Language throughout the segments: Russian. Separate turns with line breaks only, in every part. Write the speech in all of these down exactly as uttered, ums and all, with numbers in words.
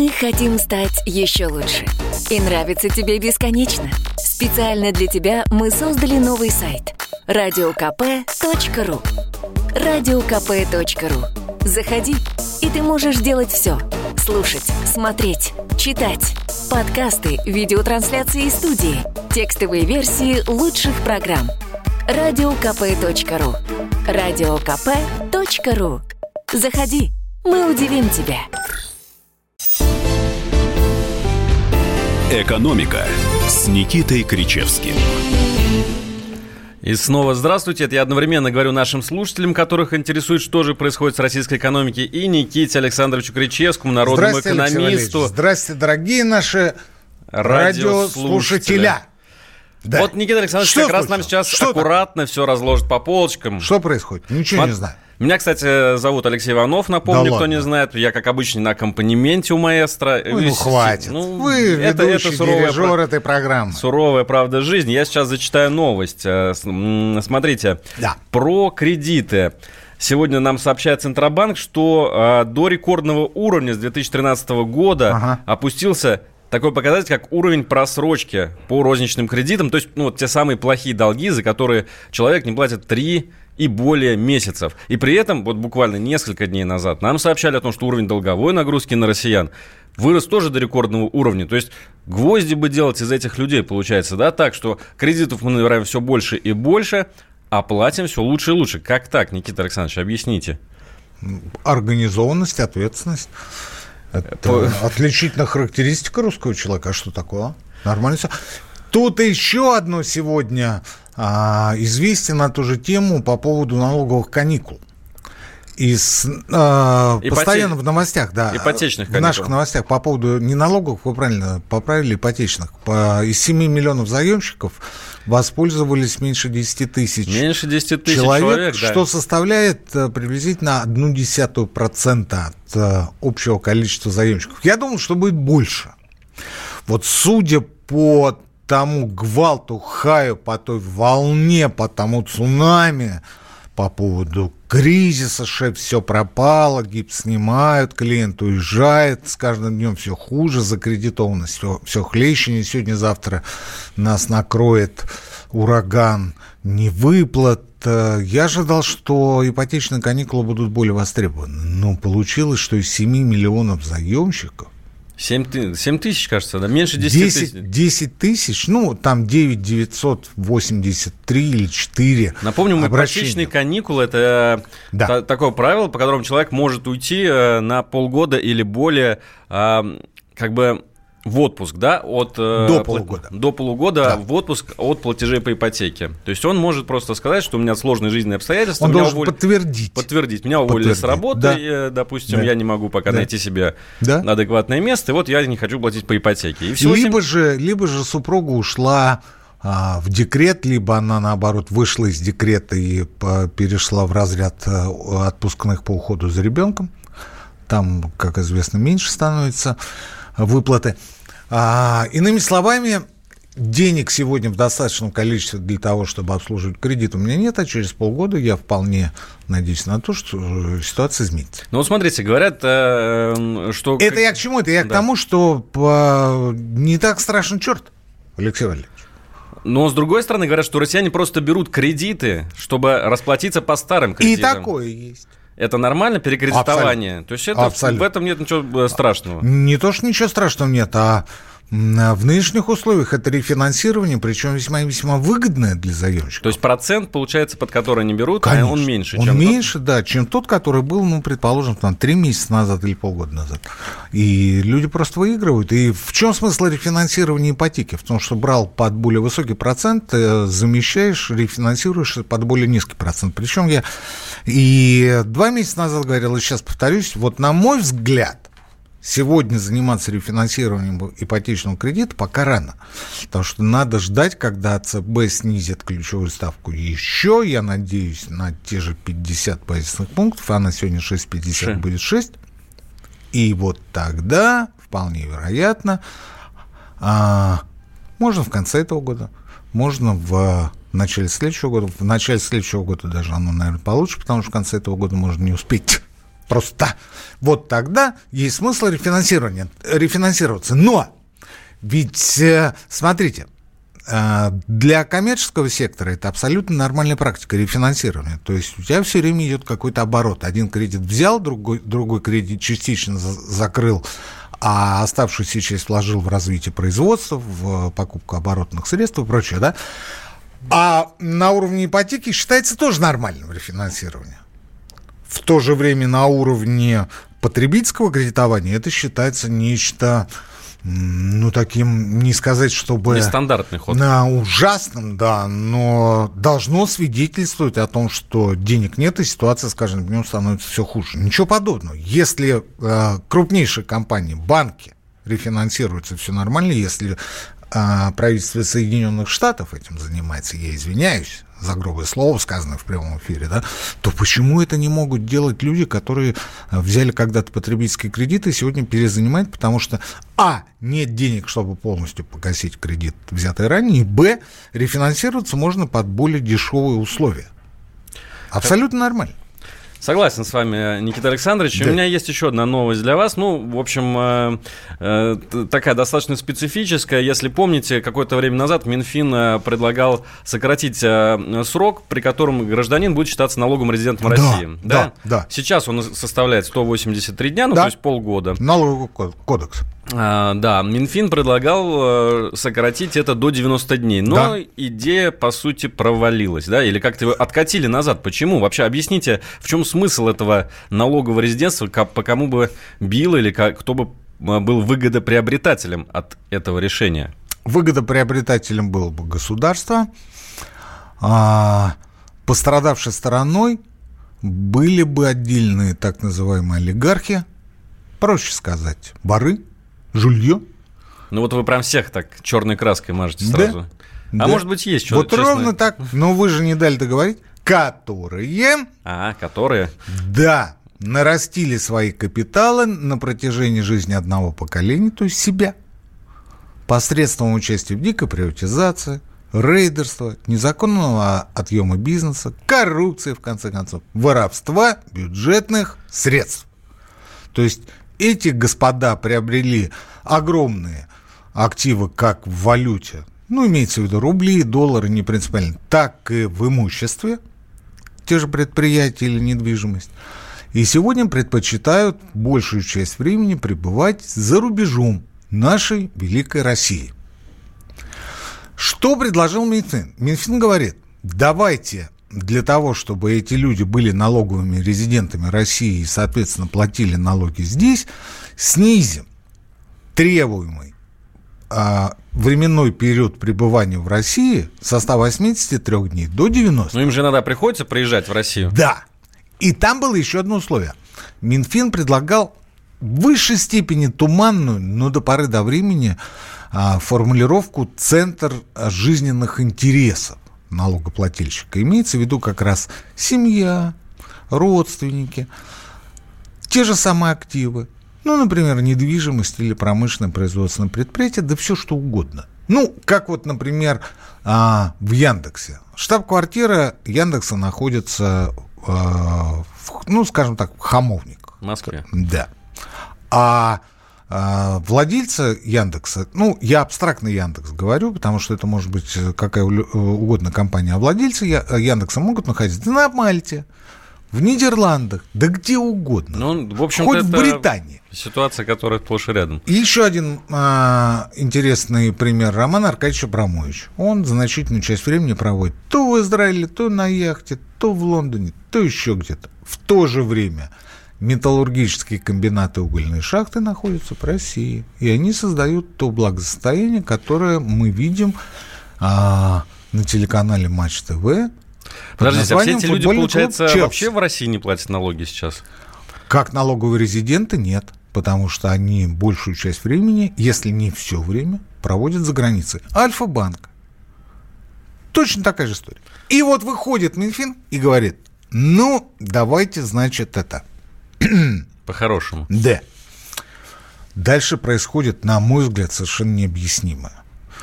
Мы хотим стать еще лучше. И нравится тебе бесконечно. Специально для тебя мы создали новый сайт – радио ка пэ точка ру. радио ка пэ точка ру. Заходи, и ты можешь делать все. Слушать, смотреть, читать. Подкасты, видеотрансляции из студии, текстовые версии лучших программ. радио ка пэ точка ру. радио ка пэ точка ру. Заходи, мы удивим тебя.
«Экономика» с Никитой Кричевским.
И снова здравствуйте. Это я одновременно говорю нашим слушателям, которых интересует, что же происходит с российской экономикой, и Никите Александровичу Кричевскому, народному экономисту.
Здравствуйте, дорогие наши радиослушатели.
Да. Вот Никита Александрович
что
как
случилось?
раз нам сейчас
что
аккуратно так? все разложит по полочкам.
Что происходит? Ничего
Мат...
не знаю.
Меня, кстати, зовут Алексей Иванов, напомню,
да
кто
ладно.
не знает. Я, как обычно, на аккомпанементе у маэстро.
Ой, ну, хватит.
Ну,
Вы
это,
ведущий
это суровая,
дирижер этой программы.
Суровая правда жизни. Я сейчас зачитаю новость. Смотрите.
Да.
Про кредиты. Сегодня нам сообщает Центробанк, что э, до рекордного уровня с две тысячи тринадцатого года ага. опустился такой показатель, как уровень просрочки по розничным кредитам. То есть, ну, вот те самые плохие долги, за которые человек не платит три и более месяцев. И при этом, вот буквально несколько дней назад, нам сообщали о том, что уровень долговой нагрузки на россиян вырос тоже до рекордного уровня. То есть гвозди бы делать из этих людей, получается, да, так, что кредитов мы набираем все больше и больше, а платим все лучше и лучше. Как так, Никита Александрович, объясните.
Организованность, ответственность. Это По... отличительная характеристика русского человека. А что такое? Нормально все. Тут еще одно сегодня а, известие на ту же тему по поводу налоговых каникул. Из, а, Ипоте... Постоянно в новостях, да.
Ипотечных каникул.
В наших новостях по поводу не налоговых, вы правильно поправили, ипотечных. По, из семи миллионов заемщиков воспользовались меньше десяти тысяч.
Меньше десяти тысяч
человек,
человек, да.
Что составляет приблизительно одну десятую процента от общего количества заемщиков. Я думал, что будет больше. Вот судя по тому гвалту, хаю, по той волне, по тому цунами, по поводу кризиса, шеф, все пропало, гипс снимают, клиент уезжает, с каждым днем все хуже, закредитованность все, все хлеще, не сегодня-завтра нас накроет ураган невыплат. Я ожидал, что ипотечные каникулы будут более востребованы, но получилось, что из семи миллионов заемщиков
семь тысяч, кажется, да? Меньше десяти тысяч.
десять тысяч, ну, там девять девятьсот восемьдесят три или четыре.
Напомню, мы ипотечные каникулы – это да. та- такое правило, по которому человек может уйти на полгода или более, как бы, в отпуск, да, от,
до полугода,
до полугода да. в отпуск от платежей по ипотеке. То есть он может просто сказать, что у меня сложные жизненные обстоятельства.
Он
меня
должен
уволили,
подтвердить.
Подтвердить. Меня уволили с работы, да. и, допустим, да. я не могу пока да. найти себе да. адекватное место, и вот я не хочу платить по ипотеке. И всего
либо,
семь...
же, либо же супруга ушла а, в декрет, либо она, наоборот, вышла из декрета и по, перешла в разряд а, отпускных по уходу за ребенком. Там, как известно, меньше становится выплаты. А, иными словами, денег сегодня в достаточном количестве для того, чтобы обслуживать кредит, у меня нет, а через полгода я вполне надеюсь на то, что ситуация изменится.
Ну вот смотрите, говорят, э, что...
Это я к чему? Это я да. к тому, что по... не так страшен черт, Алексей Валерьевич.
Но, с другой стороны, говорят, что россияне просто берут кредиты, чтобы расплатиться по старым кредитам.
И такое есть.
Это нормально, перекредитование?
Абсолютно.
То есть это, в этом нет ничего страшного?
Не то, что ничего страшного нет, а в нынешних условиях это рефинансирование, причем весьма и весьма выгодное для заемщиков.
То есть процент, получается, под который они берут,
конечно,
он меньше,
он
чем
меньше,
тот...
да, чем тот, который был, ну, предположим, там, три месяца назад или полгода назад. И люди просто выигрывают. И в чем смысл рефинансирования ипотеки? В том, что брал под более высокий процент, замещаешь, рефинансируешь под более низкий процент. Причем я и два месяца назад говорил, и сейчас повторюсь, вот на мой взгляд, сегодня заниматься рефинансированием ипотечного кредита пока рано, потому что надо ждать, когда ЦБ снизит ключевую ставку еще, я надеюсь, на те же пятьдесят базисных пунктов, она сегодня шесть пятьдесят будет шесть, и вот тогда, вполне вероятно, а, можно в конце этого года, можно в начале следующего года, в начале следующего года даже оно, наверное, получше, потому что в конце этого года можно не успеть Просто вот тогда есть смысл рефинансирования, рефинансироваться. Но ведь, смотрите, для коммерческого сектора это абсолютно нормальная практика рефинансирования. То есть у тебя все время идет какой-то оборот. Один кредит взял, другой, другой кредит частично закрыл, а оставшуюся часть вложил в развитие производства, в покупку оборотных средств и прочее, да? А на уровне ипотеки считается тоже нормальным рефинансирование. В то же время на уровне потребительского кредитования это считается нечто, ну, таким, не сказать, чтобы...
Нестандартный ход.
На ужасном, да, но должно свидетельствовать о том, что денег нет, и ситуация с каждым днем становится все хуже. Ничего подобного. Если э, крупнейшие компании, банки рефинансируются, все нормально, если э, правительство Соединенных Штатов этим занимается, я извиняюсь за грубое слово, сказанное в прямом эфире, да, то почему это не могут делать люди, которые взяли когда-то потребительские кредиты и сегодня перезанимают, потому что, а, нет денег, чтобы полностью погасить кредит, взятый ранее, и, б, рефинансироваться можно под более дешевые условия. Абсолютно нормально.
Согласен с вами, Никита Александрович. Да. У меня есть еще одна новость для вас. Ну, в общем, э, э, такая достаточно специфическая. Если помните, какое-то время назад Минфин э, предлагал сократить э, срок, при котором гражданин будет считаться налоговым резидентом
да,
России. Да,
да, да.
Сейчас он составляет сто восемьдесят три дня, ну,
да.
то есть полгода.
Налоговый кодекс.
А, да, Минфин предлагал э, сократить это до девяноста дней, но да. идея, по сути, провалилась, да, или как-то его откатили назад. Почему? Вообще объясните, в чем смысл этого налогового резидентства, по кому бы бил или кто бы был выгодоприобретателем от этого решения?
Выгодоприобретателем было бы государство, а пострадавшей стороной были бы отдельные так называемые олигархи, проще сказать, воры, жулье.
Ну вот вы прям всех так черной краской мажете сразу.
Да,
а
да.
может быть есть что-то.
Вот честное. Ровно так, но вы же не дали договорить. Которые...
А, которые...
Да, нарастили свои капиталы на протяжении жизни одного поколения, то есть себя, посредством участия в дикой приватизации, рейдерства, незаконного отъема бизнеса, коррупции, в конце концов, воровства бюджетных средств. То есть эти господа приобрели огромные активы как в валюте, ну, имеется в виду рубли, доллары, не принципиально, так и в имуществе, те же предприятия или недвижимость. И сегодня предпочитают большую часть времени пребывать за рубежом нашей великой России. Что предложил Минфин? Минфин говорит, давайте для того, чтобы эти люди были налоговыми резидентами России и, соответственно, платили налоги здесь, снизим требуемый а, временной период пребывания в России со ста восьмидесяти трёх дней до девяноста.
Ну, им же иногда приходится приезжать в Россию.
Да. И там было еще одно условие. Минфин предлагал в высшей степени туманную, но до поры до времени а, формулировку «центр жизненных интересов» налогоплательщика. Имеется в виду как раз семья, родственники, те же самые активы. Ну, например, недвижимость или промышленное производственное предприятие, да все что угодно. Ну, как вот, например, в Яндексе. Штаб-квартира Яндекса находится, в, ну, скажем так, в Хамовниках.
В Москве.
Да. А владельца Яндекса, ну, я абстрактно Яндекс говорю, потому что это может быть какая угодно компания, а владельцы Яндекса могут находиться на Мальте, в Нидерландах, да где угодно.
Ну, в общем-то,
хоть в Британии.
Ситуация, которая сплошь и рядом.
И еще один а, интересный пример. Роман Аркадьевич Абрамович. Он значительную часть времени проводит то в Израиле, то на яхте, то в Лондоне, то еще где-то. В то же время металлургические комбинаты, угольные шахты находятся в России. И они создают то благосостояние, которое мы видим а, на телеканале Матч ТВ.
Подождите, а все эти люди, получается, вообще в России не платят налоги сейчас?
Как налоговые резиденты, нет. Потому что они большую часть времени, если не все время, проводят за границей. Альфа-банк. Точно такая же история. И вот выходит Минфин и говорит, ну, давайте, значит, это...
По-хорошему.
Да. Дальше происходит, на мой взгляд, совершенно необъяснимое.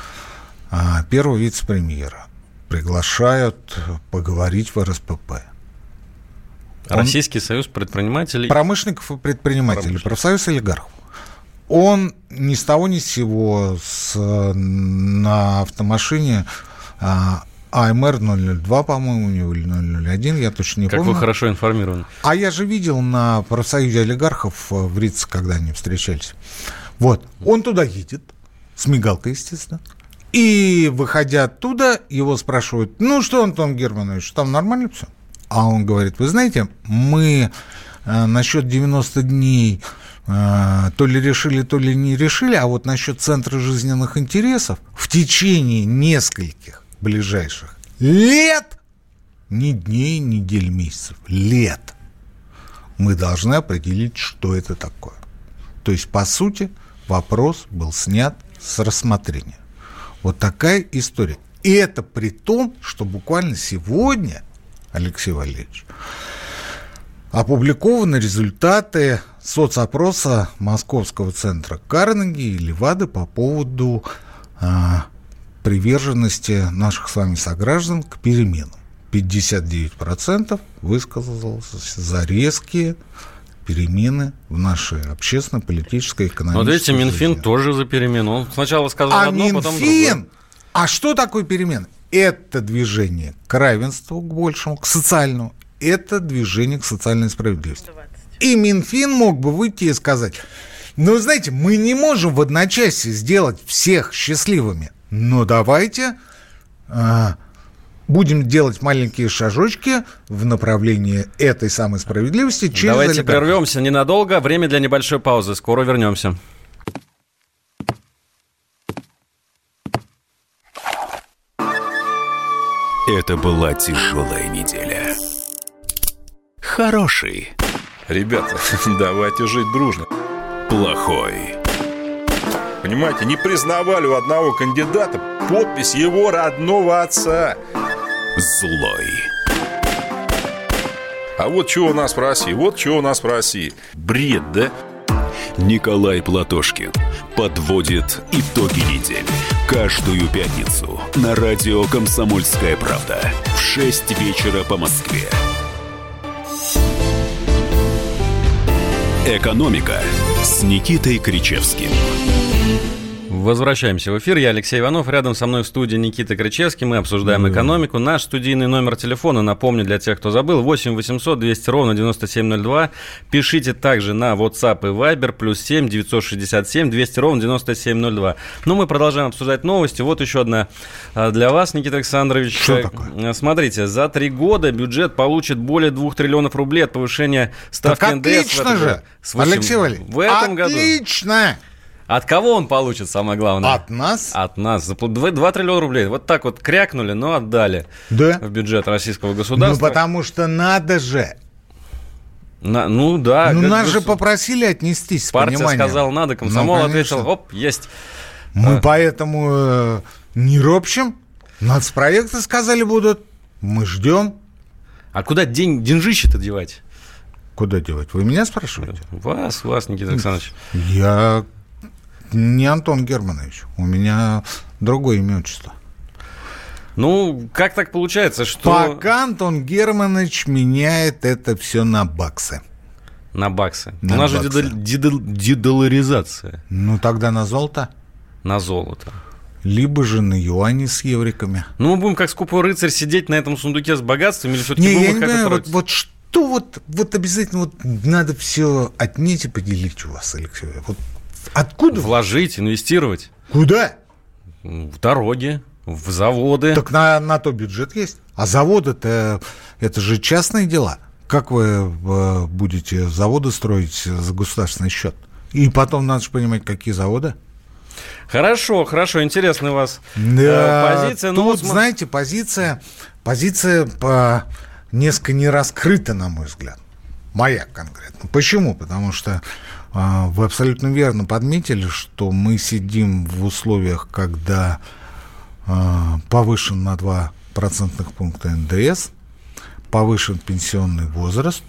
Первого вице-премьера приглашают поговорить в эр эс пэ пэ.
Российский союз предпринимателей.
Промышленников и предпринимателей. Профсоюз олигархов. Он ни с того ни с сего с, на автомашине а, АМР ноль ноль два, по-моему, или ноль ноль один, я точно не
как
помню.
Как вы хорошо информированы.
А я же видел на профсоюзе олигархов в Рице, когда они встречались. Вот, он туда едет, с мигалкой, естественно. И, выходя оттуда, его спрашивают: ну что, Антон Германович, там нормально все? А он говорит: вы знаете, мы э, насчет девяносто дней э, то ли решили, то ли не решили, а вот насчет центра жизненных интересов в течение нескольких ближайших лет, не дней, недель, месяцев, лет, мы должны определить, что это такое. То есть, по сути, вопрос был снят с рассмотрения. Вот такая история. И это при том, что буквально сегодня, Алексей Валерьевич, опубликованы результаты соцопроса Московского центра Карнеги и Левады по поводу а, приверженности наших с вами сограждан к переменам. пятьдесят девять процентов высказалось за резкие перемены в нашей общественно-политической, экономической
Вот видите, Минфин
жизни.
тоже за перемену. Он сначала сказал
а
одно,
Минфин,
потом другое.
А что такое перемены? Это движение к равенству, к большему, к социальному. Это движение к социальной справедливости. И Минфин мог бы выйти и сказать: ну, знаете, мы не можем в одночасье сделать всех счастливыми, но давайте а, будем делать маленькие шажочки в направлении этой самой справедливости через
Давайте
олигархов.
прервемся ненадолго. Время для небольшой паузы. Скоро вернемся.
Это была тяжелая неделя. Хороший.
Ребята, давайте жить дружно.
Плохой.
Понимаете, не признавали у одного кандидата подпись его родного отца.
Злой.
А вот что у нас в России, вот что у нас в России. Бред, да?
Николай Платошкин подводит итоги недели. Каждую пятницу на радио «Комсомольская правда» в шесть вечера по Москве. «Экономика» с Никитой Кричевским.
Возвращаемся в эфир. Я Алексей Иванов. Рядом со мной в студии Никита Кричевский. Мы обсуждаем mm. экономику. Наш студийный номер телефона, напомню для тех, кто забыл, восемь восемьсот двести ровно девяносто семь ноль два. Пишите также на WhatsApp и Viber плюс семь девятьсот шестьдесят семь двести ровно девяносто семь ноль два. Ну, мы продолжаем обсуждать новости. Вот еще одна для вас, Никита Александрович.
Что такое?
Смотрите, за три года бюджет получит более двух триллионов рублей от повышения ставки
так
эн дэ эс.
Отлично же, Алексей Валерьевич.
В этом году.
Отлично!
От кого он получит, самое главное?
От нас.
От нас. два триллиона рублей. Вот так вот крякнули, но отдали
да?
в бюджет российского государства.
Ну, потому что надо же.
На, ну, да.
Ну,
как,
нас
гос...
же попросили отнестись с
Партия
пониманием.
сказала надо, комсомол
ну,
ответил, оп, есть.
Мы
а.
поэтому э, не ропщим. Нацпроекты сказали будут. Мы ждем.
А куда день, деньжище-то девать?
Куда девать? Вы меня спрашиваете?
Вас, вас, Никита Александрович.
Я... Не Антон Германович, у меня другое имя, отчество.
Ну, как так получается, что...
Пока Антон Германович меняет это все на баксы.
На баксы.
На
у нас
баксы.
же дедол... дедоларизация.
Ну, тогда на золото.
На золото.
Либо же на юани с евриками.
Ну, мы будем как скупой рыцарь сидеть на этом сундуке с богатством, или все-таки
не,
будем
я
их
не
как-то
понимаю,
тратить?
вот, вот что вот, вот обязательно вот надо все отнять и поделить у вас, Алексей. Вот откуда?
Вложить, инвестировать.
Куда?
В дороги, в заводы.
Так на, на то бюджет есть. А заводы-то, это же частные дела. Как вы будете заводы строить за государственный счет? И потом надо же понимать, какие заводы.
Хорошо, хорошо, интересная у вас
да,
позиция.
Тут,
ну, вот...
знаете, позиция, позиция по... несколько не раскрыта, на мой взгляд. Моя конкретно. Почему? Потому что вы абсолютно верно подметили, что мы сидим в условиях, когда повышен на два процентных пункта эн дэ эс, повышен пенсионный возраст,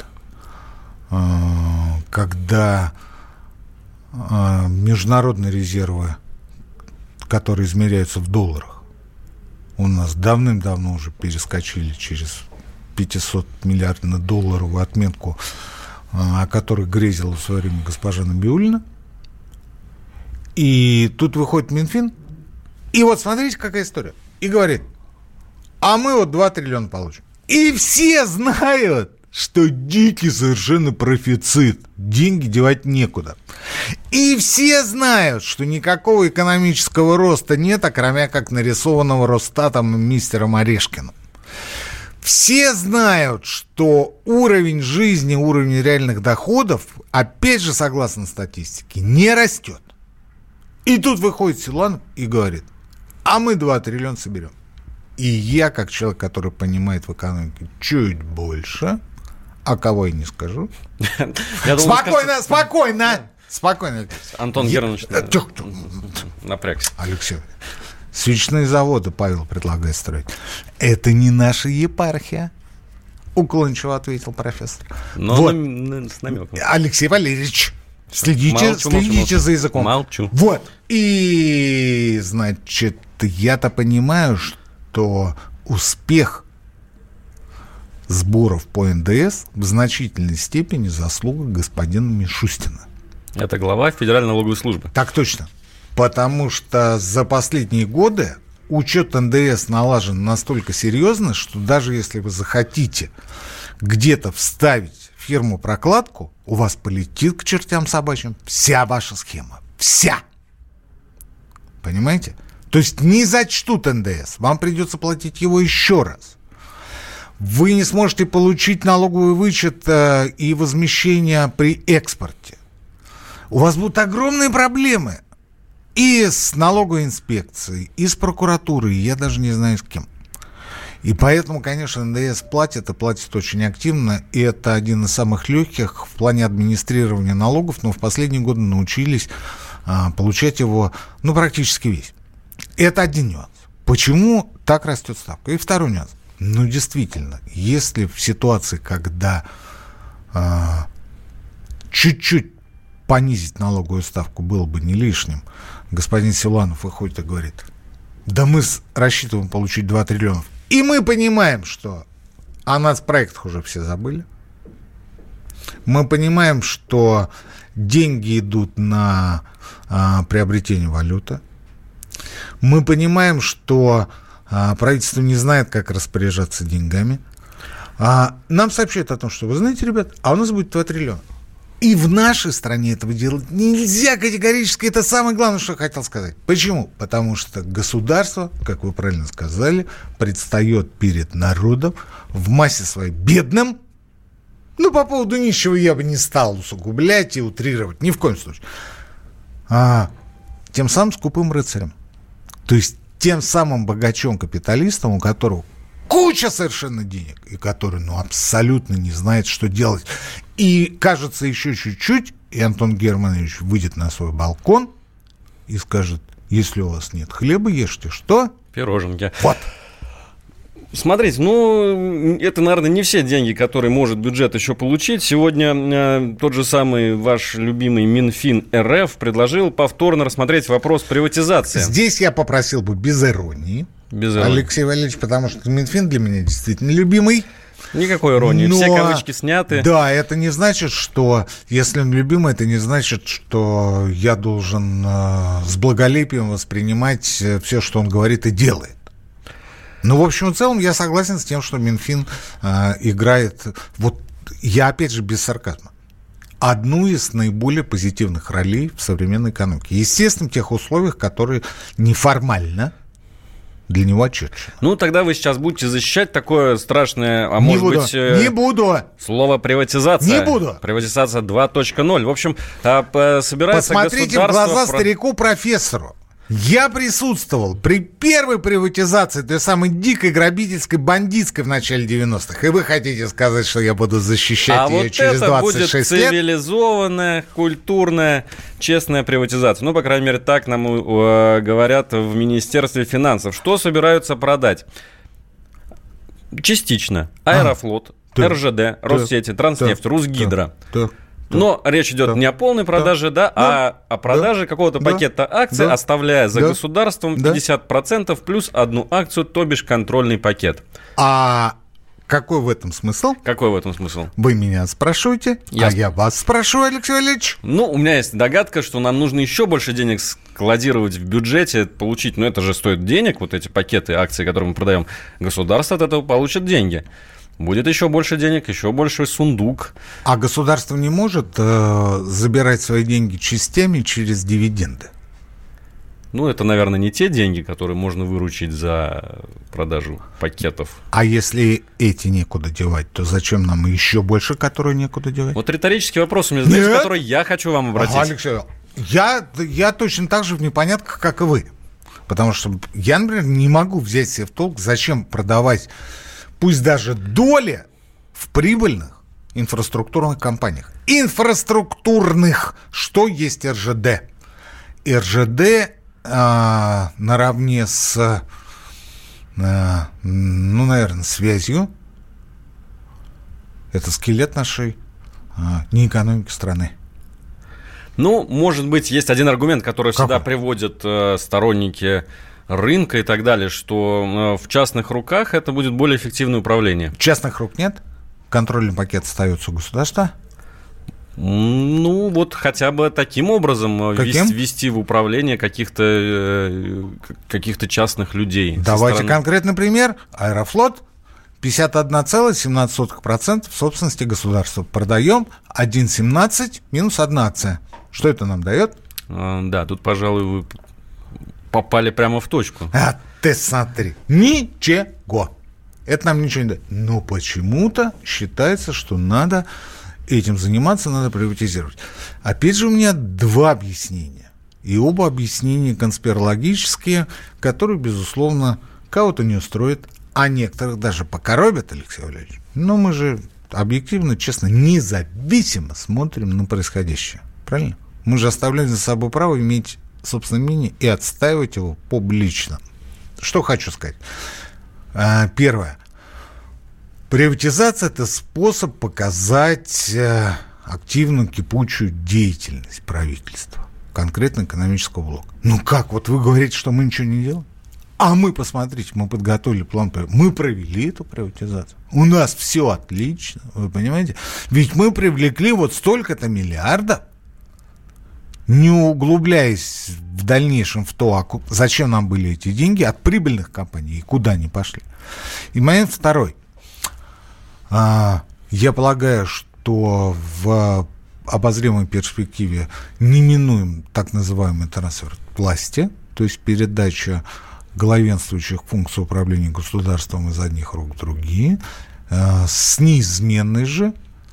когда международные резервы, которые измеряются в долларах, у нас давным-давно уже перескочили через пятисотмиллиардно-долларовую отметку, о которой грезила в свое время госпожа Набиуллина. И тут выходит Минфин, и вот смотрите, какая история. И говорит, а мы вот два триллиона получим. И все знают, что дикий совершенно профицит. Деньги девать некуда. И все знают, что никакого экономического роста нет, окромя как нарисованного Росстатом мистером Орешкиным. Все знают, что уровень жизни, уровень реальных доходов, опять же, согласно статистике, не растет. И тут выходит Силуанов и говорит, а мы два триллиона соберем. И я, как человек, который понимает в экономике чуть больше, а кого я не скажу. Спокойно, спокойно, спокойно.
Антон Германович напрягся.
Алексей, свечные заводы Павел предлагает строить. Это не наша епархия, уклончиво ответил профессор.
Но с намеком.
Алексей Валерьевич, следите,
молчу,
следите
молчу, молчу.
за языком.
Молчу.
Вот. И, значит, я-то понимаю, что успех сборов по эн дэ эс в значительной степени заслуга господина Мишустина.
Это глава Федеральной налоговой службы.
Так точно. Потому что за последние годы учет эн дэ эс налажен настолько серьезно, что даже если вы захотите где-то вставить фирму-прокладку, у вас полетит к чертям собачьим вся ваша схема. Вся. Понимаете? То есть не зачтут эн дэ эс. Вам придется платить его еще раз. Вы не сможете получить налоговый вычет э, и возмещение при экспорте. У вас будут огромные проблемы и с налоговой инспекцией, и с прокуратурой, я даже не знаю с кем. И поэтому, конечно, эн дэ эс платит, и платит очень активно, и это один из самых легких в плане администрирования налогов, но в последние годы научились а, получать его, ну, практически весь. Это один нюанс. Почему так растет ставка? И второй нюанс. Ну, действительно, если в ситуации, когда а, чуть-чуть понизить налоговую ставку было бы не лишним, господин Силуанов выходит и говорит, да мы рассчитываем получить два триллиона. И мы понимаем, что о нацпроектах уже все забыли. Мы понимаем, что деньги идут на а, приобретение валюты. Мы понимаем, что а, правительство не знает, как распоряжаться деньгами. А, нам сообщают о том, что, вы знаете, ребят, а у нас будет два триллиона. И в нашей стране этого делать нельзя категорически. Это самое главное, что я хотел сказать. Почему? Потому что государство, как вы правильно сказали, предстает перед народом в массе своей бедным. Ну, по поводу нищего я бы не стал усугублять и утрировать. Ни в коем случае. А тем самым скупым рыцарем. То есть тем самым богачом-капиталистом, у которого куча совершенно денег, и который, ну, абсолютно не знает, что делать. И, кажется, еще чуть-чуть, и Антон Германович выйдет на свой балкон и скажет, если у вас нет хлеба, ешьте что?
Пироженки.
Вот.
Смотрите, ну, это, наверное, не все деньги, которые может бюджет еще получить. Сегодня э, тот же самый ваш любимый Минфин эр эф предложил повторно рассмотреть вопрос приватизации.
Здесь я попросил бы без иронии,
без иронии.
Алексей Валерьевич, потому что Минфин для меня действительно любимый.
Никакой иронии,
но,
все кавычки сняты.
Да, это не значит, что, если он любимый, это не значит, что я должен э, с благолепием воспринимать все, что он говорит и делает. Ну, в общем и целом, я согласен с тем, что Минфин э, играет, вот я, опять же, без сарказма, одну из наиболее позитивных ролей в современной экономике. Естественно, в тех условиях, которые неформально для него отчетчик.
Ну, тогда вы сейчас будете защищать такое страшное, а
не
может
буду,
быть... Э,
не буду.
Слово приватизация.
Не буду.
Приватизация два точка ноль. В общем, э, собирается
Посмотрите
государство...
в глаза старику-профессору. Я присутствовал при первой приватизации, той самой дикой, грабительской, бандитской в начале девяностых. И вы хотите сказать, что я буду защищать
а
ее
вот
через двадцать шесть лет?
А вот это будет цивилизованная, культурная, честная приватизация. Ну, по крайней мере, так нам э, говорят в Министерстве финансов. Что собираются продать? Частично. Аэрофлот, а, эр жэ дэ, да, Россети, Транснефть, да, Русгидро. Да, да. Но речь идет да. не о полной продаже, да, да, да а о продаже да. какого-то да. пакета акций, да. оставляя за да. государством пятьдесят процентов плюс одну акцию, то бишь контрольный пакет.
А Какой в этом смысл?
Какой в этом смысл?
Вы меня спрашиваете, я... а я вас спрошу, Алексей Валерьевич.
Ну, у меня есть догадка, что нам нужно еще больше денег складировать в бюджете, получить, ну, это же стоит денег, вот эти пакеты акций, которые мы продаем. Государство от этого получит деньги. Будет еще больше денег, еще больше сундук.
А государство не может э, забирать свои деньги частями через дивиденды?
Ну, это, наверное, не те деньги, которые можно выручить за продажу пакетов.
А если эти некуда девать, то зачем нам еще больше, которые некуда девать?
Вот риторический вопрос у меня задаете, который я хочу вам обратить.
Ага, Алексей, я, я точно так же в непонятках, как и вы. Потому что я, например, не могу взять себе в толк, зачем продавать, пусть даже доли в прибыльных инфраструктурных компаниях. Инфраструктурных! Что есть эр жэ дэ? эр жэ дэ а, наравне с, а, ну, наверное, связью. Это скелет нашей а, не экономики страны.
Ну, может быть, есть один аргумент, который
Какой?
всегда приводят э, сторонники рынка и так далее, что э, в частных руках это будет более эффективное управление.
Частных рук нет? Контрольный пакет остается у государства?
Ну, вот хотя бы таким образом вести, вести в управление каких-то, э, каких-то частных людей.
Давайте стороны... конкретный пример. Аэрофлот. пятьдесят один целых семнадцать сотых процента в собственности государства. Продаем один целых семнадцать минус одна акция. Что это нам дает?
А, да, тут, пожалуй, вы попали прямо в точку.
А ты смотри. Ничего. Это нам ничего не дает. Но почему-то считается, что надо этим заниматься, надо приватизировать. Опять же, у меня два объяснения. И оба объяснения конспирологические, которые, безусловно, кого-то не устроят, а некоторых даже покоробят, Алексей Валерьевич. Но мы же объективно, честно, независимо смотрим на происходящее. Правильно? Мы же оставляем за собой право иметь собственное мнение и отстаивать его публично. Что хочу сказать. Первое. Приватизация – это способ показать активную кипучую деятельность правительства, конкретно экономического блока. Ну как, вот вы говорите, что мы ничего не делаем? А мы, посмотрите, мы подготовили план, мы провели эту приватизацию. У нас все отлично, вы понимаете? Ведь мы привлекли вот столько-то миллиардов, не углубляясь в дальнейшем в то, зачем нам были эти деньги от прибыльных компаний и куда они пошли. И момент второй. Я полагаю, что в обозримой перспективе неминуем так называемый трансфер власти, то есть передача главенствующих функций управления государством из одних рук в другие, с неизменной же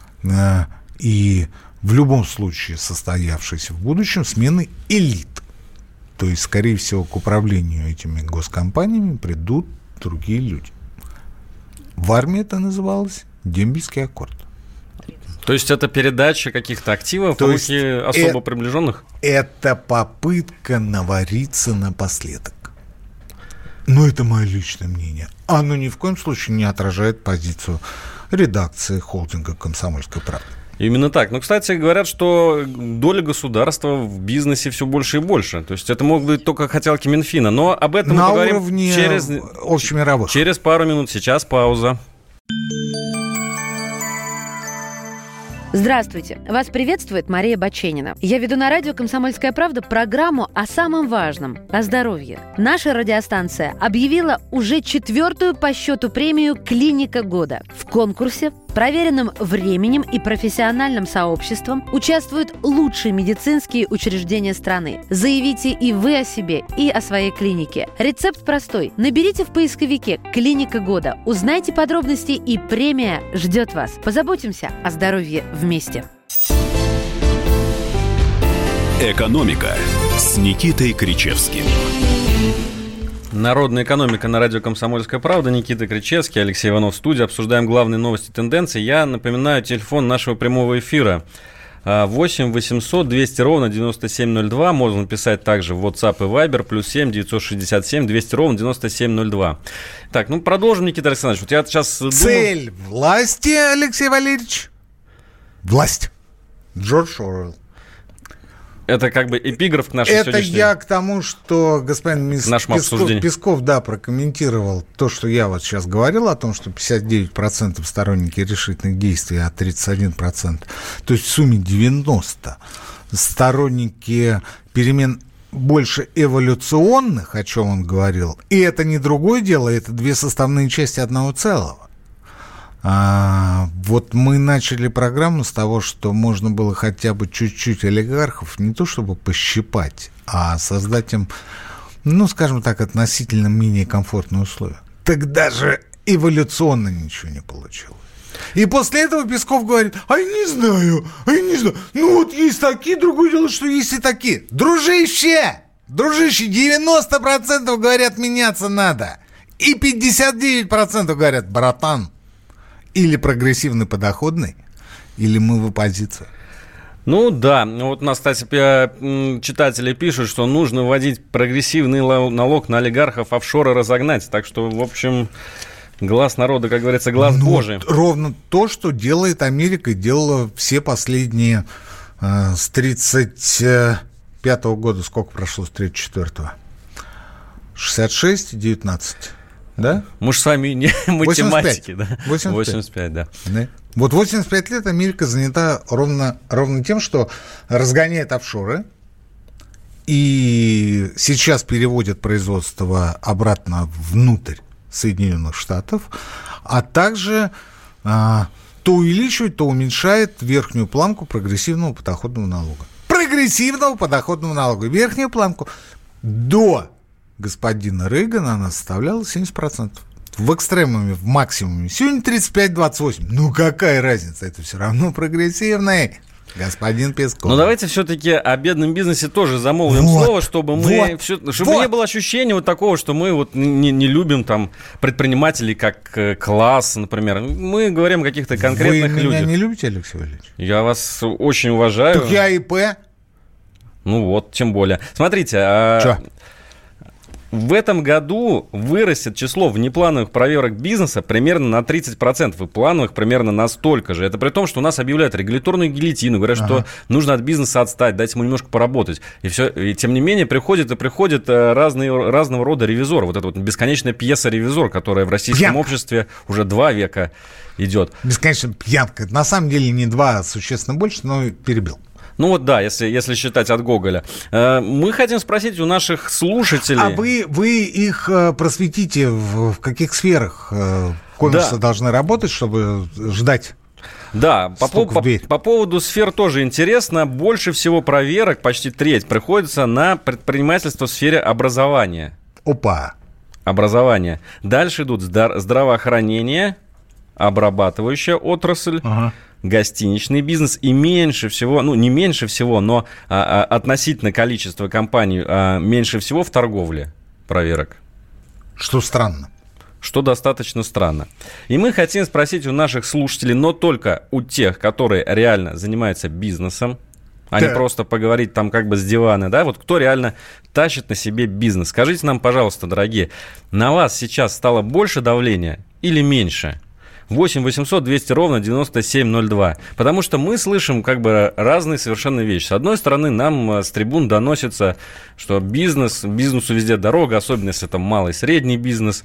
и в любом случае состоявшейся в будущем смены элит. То есть, скорее всего, к управлению этими госкомпаниями придут другие люди. В армии это называлось дембельский аккорд.
То есть это передача каких-то активов в руки особо
э-
приближенных?
Это попытка навариться напоследок. Но это мое личное мнение. Оно ни в коем случае не отражает позицию редакции холдинга «Комсомольская правда».
Именно так. Но, кстати, говорят, что доля государства в бизнесе все больше и больше. То есть это могут быть только хотелки Минфина. Но об этом
на
мы поговорим
уровне
через,
общемировых.
через пару минут. Сейчас пауза.
Здравствуйте! Вас приветствует Мария Баченина. Я веду на радио «Комсомольская правда» программу о самом важном – о здоровье. Наша радиостанция объявила уже четвертую по счету премию «Клиника года». В конкурсе, проверенном временем и профессиональным сообществом, участвуют лучшие медицинские учреждения страны. Заявите и вы о себе, и о своей клинике. Рецепт простой. Наберите в поисковике «Клиника года», узнайте подробности, и премия ждет вас. Позаботимся о здоровье вместе.
«Экономика» с Никитой Кричевским.
Народная экономика на радио «Комсомольская правда». Никита Кричевский, Алексей Иванов в студии. Обсуждаем главные новости и тенденции. Я напоминаю телефон нашего прямого эфира. восемь восемьсот двести ровно девяносто семь ноль два. Можно писать также в WhatsApp и Viber. Плюс семь девятьсот шестьдесят семь двести ровно девяносто семь ноль два. Так, ну продолжим, Никита Александрович. Вот я сейчас
Цель
думаю...
власти, Алексей Валерьевич. Власть. Джордж Оруэлл.
Это как бы эпиграф к нашей
Это
сегодняшней...
я к тому, что господин Мис... Песков, Песков, да, прокомментировал то, что я вот сейчас говорил о том, что пятьдесят девять процентов сторонники решительных действий, а тридцать один процент, то есть в сумме девяносто сторонники перемен больше эволюционных, о чем он говорил, и это не другое дело, это две составные части одного целого. А, вот мы начали программу с того, что можно было хотя бы чуть-чуть олигархов не то чтобы пощипать, а создать им, ну, скажем так, относительно менее комфортные условия. Так даже эволюционно ничего не получилось. И после этого Песков говорит: а я не знаю, а я не знаю, ну вот есть такие, другое дело, что есть и такие. Дружище, дружище, девяносто процентов говорят, меняться надо, и пятьдесят девять процентов говорят: братан, или прогрессивный подоходный, или мы в оппозиции.
Ну да, вот у нас, кстати, читатели пишут, что нужно вводить прогрессивный налог на олигархов, офшоры разогнать. Так что, в общем, глаз народа, как говорится, глаз ну, Божий.
Ровно то, что делает Америка, и делала все последние э, с тридцать пятого года, сколько прошло с тридцать четвёртого? шестьдесят шесть, девятнадцать. Да?
Мы же с вами не математики, да?
восемьдесят пять,
восемьдесят пять, да.
да. Вот восемьдесят пять лет Америка занята ровно, ровно тем, что разгоняет офшоры, и сейчас переводит производство обратно внутрь Соединенных Штатов, а также а, то увеличивает, то уменьшает верхнюю планку прогрессивного подоходного налога. Прогрессивного подоходного налога. Верхнюю планку до господина Рейгана она составляла семьдесят процентов. В экстремуме, в максимуме. Сегодня тридцать пять двадцать восемь. Ну, какая разница? Это все равно прогрессивный. Господин Песков.
Ну, давайте все-таки о бедном бизнесе тоже замолвим вот, слово, чтобы мы вот, все, чтобы вот. не было ощущения вот такого, что мы вот не, не любим там предпринимателей как класс, например. Мы говорим о каких-то конкретных людях. Вы меня
людях. Не любите, Алексей Валерьевич?
Я вас очень уважаю.
Так я ИП.
Ну вот, тем более. Смотрите, а... в этом году вырастет число внеплановых проверок бизнеса примерно на тридцать процентов, и плановых примерно на столько же. Это при том, что у нас объявляют регуляторную гильотину, говорят, ага. что нужно от бизнеса отстать, дайте ему немножко поработать. И все. И тем не менее приходят и приходят разные, разного рода ревизоры. Вот эта вот бесконечная пьеса «Ревизор», которая в российском пьянка. обществе уже два века идет.
Бесконечная пьянка. На самом деле не два, а существенно больше, но перебил.
Ну вот да, если, если считать от Гоголя. Мы хотим спросить у наших слушателей...
А вы, вы их просветите, в, в каких сферах конкурсы да. должны работать, чтобы ждать?
Да, по, по, по, по поводу сфер тоже интересно. Больше всего проверок, почти треть, приходится на предпринимательство в сфере образования.
Опа!
Образование. Дальше идут здра- здравоохранение, обрабатывающая отрасль, ага. гостиничный бизнес, и меньше всего, ну не меньше всего, но а, а, относительно количества компаний а, меньше всего в торговле проверок.
Что странно.
Что достаточно странно. И мы хотим спросить у наших слушателей, но только у тех, которые реально занимаются бизнесом, а да. не просто поговорить там как бы с дивана, да, вот кто реально тащит на себе бизнес. Скажите нам, пожалуйста, дорогие, на вас сейчас стало больше давления или меньше? восемь восемьсот двести ровно девяносто семь ноль два. Потому что мы слышим как бы разные совершенно вещи. С одной стороны, нам с трибун доносится, что бизнес, бизнесу везде дорога, особенно если это малый и средний бизнес,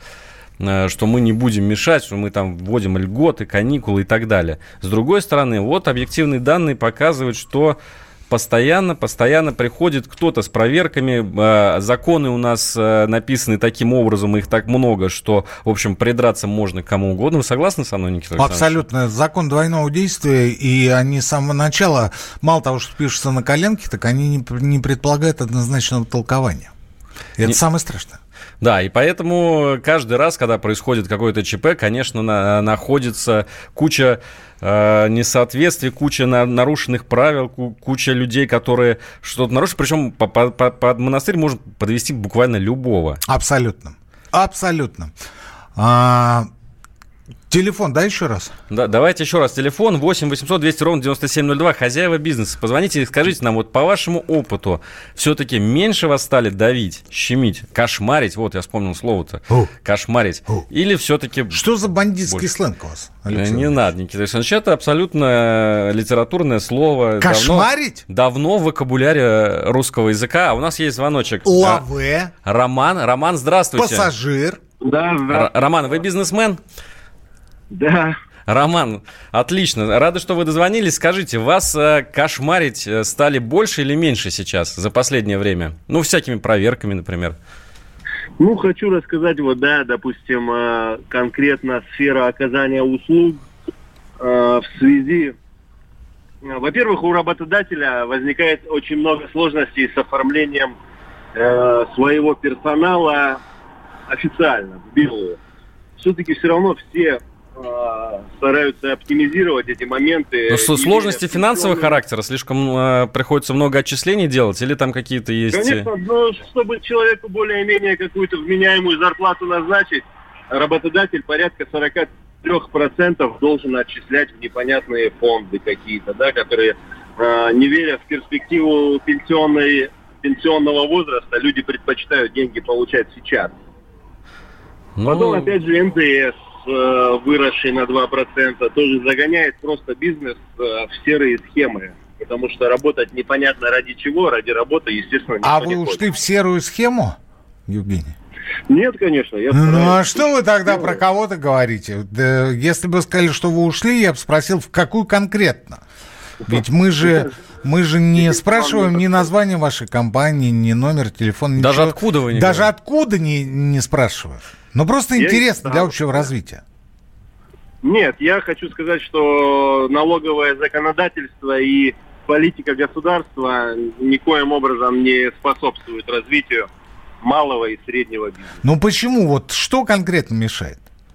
что мы не будем мешать, что мы там вводим льготы, каникулы и так далее. С другой стороны, вот объективные данные показывают, что Постоянно, постоянно приходит кто-то с проверками. Законы у нас написаны таким образом, их так много, что, в общем, придраться можно к кому угодно. Вы согласны со мной, Никита Александрович?
Абсолютно. Закон двойного действия, и они с самого начала, мало того, что пишутся на коленке, так они не, не предполагают однозначного толкования. И это не... самое страшное.
Да, и поэтому каждый раз, когда происходит какое-то ЧП, конечно, на, находится куча э, несоответствий, куча на, нарушенных правил, ку, куча людей, которые что-то нарушили. Причем по, по, под монастырь можно подвести буквально любого.
Абсолютно. Абсолютно. А, Телефон, да, еще раз?
Да, давайте еще раз. Телефон восемь восемьсот двести ровно девяносто семь ноль два. Хозяева бизнеса. Позвоните и скажите нам, вот по вашему опыту, все-таки меньше вас стали давить, щемить, кошмарить? Вот, я вспомнил слово-то. О. Кошмарить. О. Или все-таки...
Что за бандитский больше? Сленг у вас,
Алексей? Не надо, Никита Александрович. Это абсолютно литературное слово.
Кошмарить?
Давно, давно в вокабуляре русского языка. А у нас есть звоночек.
Лаве.
Роман. Роман, здравствуйте.
Пассажир.
Да,
Р- Роман, вы бизнесмен?
Да.
Роман, отлично. Рады, что вы дозвонились. Скажите, вас э, кошмарить стали больше или меньше сейчас, за последнее время? Ну, всякими проверками, например.
Ну, хочу рассказать, вот, да, допустим, э, конкретно сфера оказания услуг э, в связи... Э, во-первых, у работодателя возникает очень много сложностей с оформлением э, своего персонала официально, в белую. Все-таки все равно все... стараются оптимизировать эти моменты.
Но сложности финансового характера, слишком э, приходится много отчислений делать, или там какие-то есть...
Конечно, но чтобы человеку более-менее какую-то вменяемую зарплату назначить, работодатель порядка сорок три процента должен отчислять в непонятные фонды какие-то, да, которые, э, не веря в перспективу пенсионной, пенсионного возраста, люди предпочитают деньги получать сейчас. Ну... Потом, опять же, эн дэ эс, выросший на два процента, тоже загоняет просто бизнес в серые схемы. Потому что работать непонятно ради чего, ради работы, естественно, никто
А
не
вы
хочет.
ушли в серую схему, Евгений?
Нет, конечно. Я
ну, а что вы тогда про кого-то говорите? Да, если бы сказали, что вы ушли, я бы спросил, в какую конкретно? Ведь мы же, мы же не спрашиваем ни название вашей компании, ни номер телефона, ничего.
Даже откуда вы не
Даже
говорите?
откуда не, не спрашиваем. Ну, просто я интересно для общего развития.
Нет, я хочу сказать, что налоговое законодательство и политика государства никоим образом не способствует развитию малого и среднего бизнеса.
Ну, почему? Вот что конкретно мешает?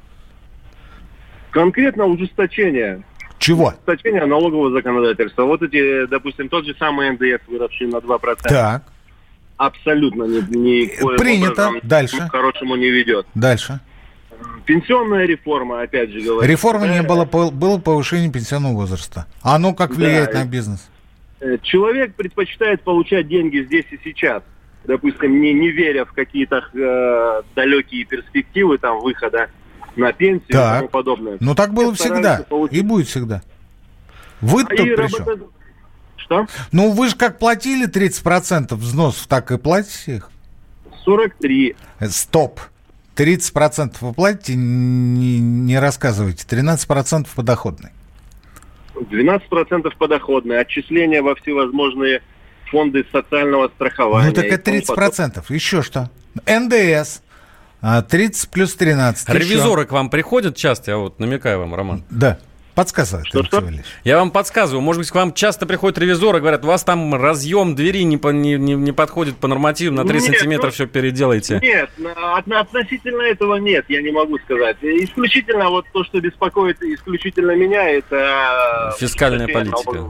Конкретно ужесточение.
Чего?
Ужесточение налогового законодательства. Вот эти, допустим, тот же самый эн дэ эс, выросший на два процента.
Так.
Абсолютно никаким
Принято.
образом
Дальше.
к хорошему не ведет.
Дальше.
Пенсионная реформа, опять же говорю.
Реформы не было, было повышение пенсионного возраста. А оно как влияет да. на бизнес?
Человек предпочитает получать деньги здесь и сейчас. Допустим, не, не веря в какие-то э, далекие перспективы там выхода на пенсию так. и тому подобное.
Ну так было всегда получить... и будет всегда. Вы а тут при работа... чем?
Что?
Ну, вы же как платили тридцать процентов взносов, так и платите их?
сорок три.
Стоп. тридцать процентов вы платите, не, не рассказывайте. тринадцать процентов подоходный.
двенадцать процентов подоходный. Отчисления во всевозможные фонды социального страхования.
Ну, так это тридцать процентов. Еще что? эн дэ эс. тридцать плюс тринадцать.
Ревизоры
еще.
К вам приходят часто? Я вот намекаю вам, Роман.
Да. Подсказывает.
Что, что?
Я вам подсказываю. Может быть, к вам часто приходят ревизоры, говорят, у вас там разъем двери не, по, не, не, не подходит по нормативу, на три нет, сантиметра ну, все переделайте.
Нет, относительно этого нет, я не могу сказать. Исключительно вот то, что беспокоит исключительно меня, это...
Фискальная политика.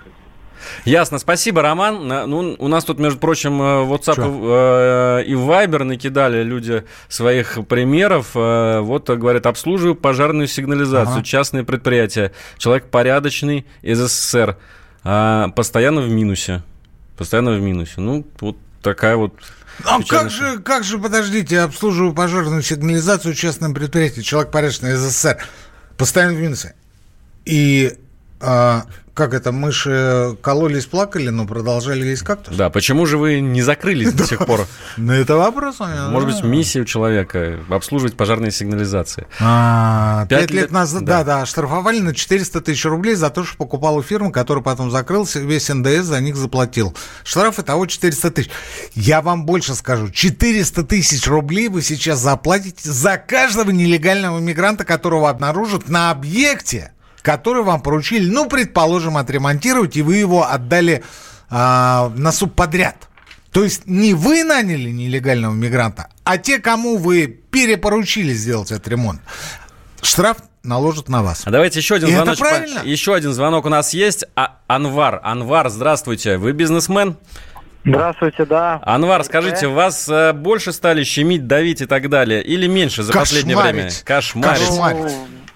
Ясно, спасибо, Роман. Ну, у нас тут, между прочим, WhatsApp Чё? и Viber накидали люди своих примеров. Вот, говорят, обслуживаю пожарную сигнализацию, ага. частные предприятия. Человек порядочный из эс эс эс эр. Постоянно в минусе. Постоянно в минусе. Ну, вот такая вот...
А как же, как же, подождите, обслуживаю пожарную сигнализацию частным предприятием. Человек порядочный из эс эс эс эр. Постоянно в минусе. И... А... Как это, мыши кололись, плакали, но продолжали есть кактус?
Да, почему же вы не закрылись до сих пор?
Ну, это вопрос.
Может быть, миссия у человека обслуживать пожарные сигнализации.
Пять лет назад, да, да, оштрафовали на четыреста тысяч рублей за то, что покупал у фирмы, которая потом закрылась, весь эн дэ эс за них заплатил. Штрафы того четыреста тысяч. Я вам больше скажу, четыреста тысяч рублей вы сейчас заплатите за каждого нелегального мигранта, которого обнаружат на объекте, который вам поручили, ну, предположим, отремонтировать, и вы его отдали а, на субподряд. То есть не вы наняли нелегального мигранта, а те, кому вы перепоручили сделать этот ремонт. Штраф наложат на вас.
А давайте еще один звоночек. Еще один звонок у нас есть. А, Анвар. Анвар, здравствуйте. Вы бизнесмен?
Здравствуйте, да.
Анвар, скажите, вас э, больше стали щемить, давить и так далее, или меньше за
Кошмарить.
последнее время? Кошмарить.
Кошмарить.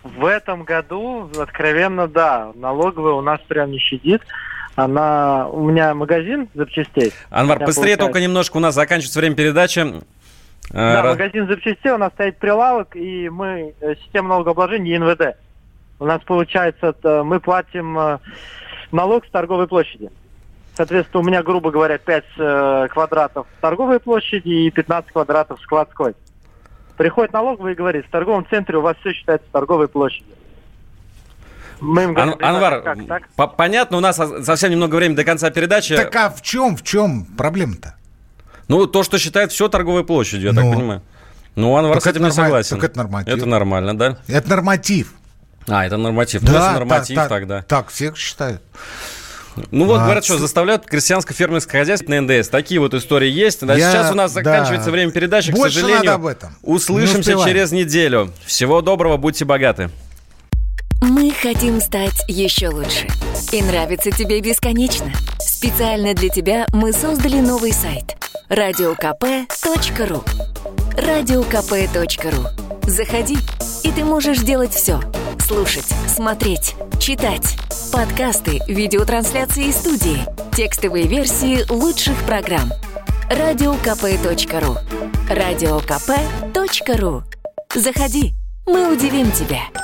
В этом году, откровенно, да, налоговая у нас прям не щадит. Она... У меня магазин запчастей.
Анвар, быстрее получается... только немножко, у нас заканчивается время передачи.
Да, Р... магазин запчастей, у нас стоит прилавок, и мы... Система налогообложения ЕНВД. У нас, получается, мы платим налог с торговой площади. Соответственно, у меня, грубо говоря, пять квадратов торговой площади и пятнадцать квадратов складской. Приходит налоговый и говорит, в торговом центре у вас все считается торговой площадью. Мы им говорим,
Ан- Анвар, как, так? По- понятно, у нас совсем немного времени до конца передачи.
Так а в чем, в чем проблема-то?
Ну, то, что считает все торговой площадью, я ну, так понимаю. Ну, Анвар с этим не согласен.
Так это норматив.
Это нормально, да?
Это норматив.
А, это норматив.
Да,
ну, если норматив,
та, та,
тогда.
Так всех считают.
Ну вот,
а,
говорят, что заставляют крестьянско-фермерское хозяйство на эн дэ эс. Такие вот истории есть. А сейчас у нас заканчивается да. время передачи. К
Больше
сожалению,
надо об этом.
Услышимся через неделю. Всего доброго, будьте богаты.
Мы хотим стать еще лучше. И нравится тебе бесконечно. Специально для тебя мы создали новый сайт радио ка пэ точка ру. радио ка пэ точка ру. Заходи, и ты можешь делать все. Слушать, смотреть, читать. Подкасты, видеотрансляции из студии. Текстовые версии лучших программ. радио ка пэ точка ру. радио ка пэ точка ру. Заходи, мы удивим тебя.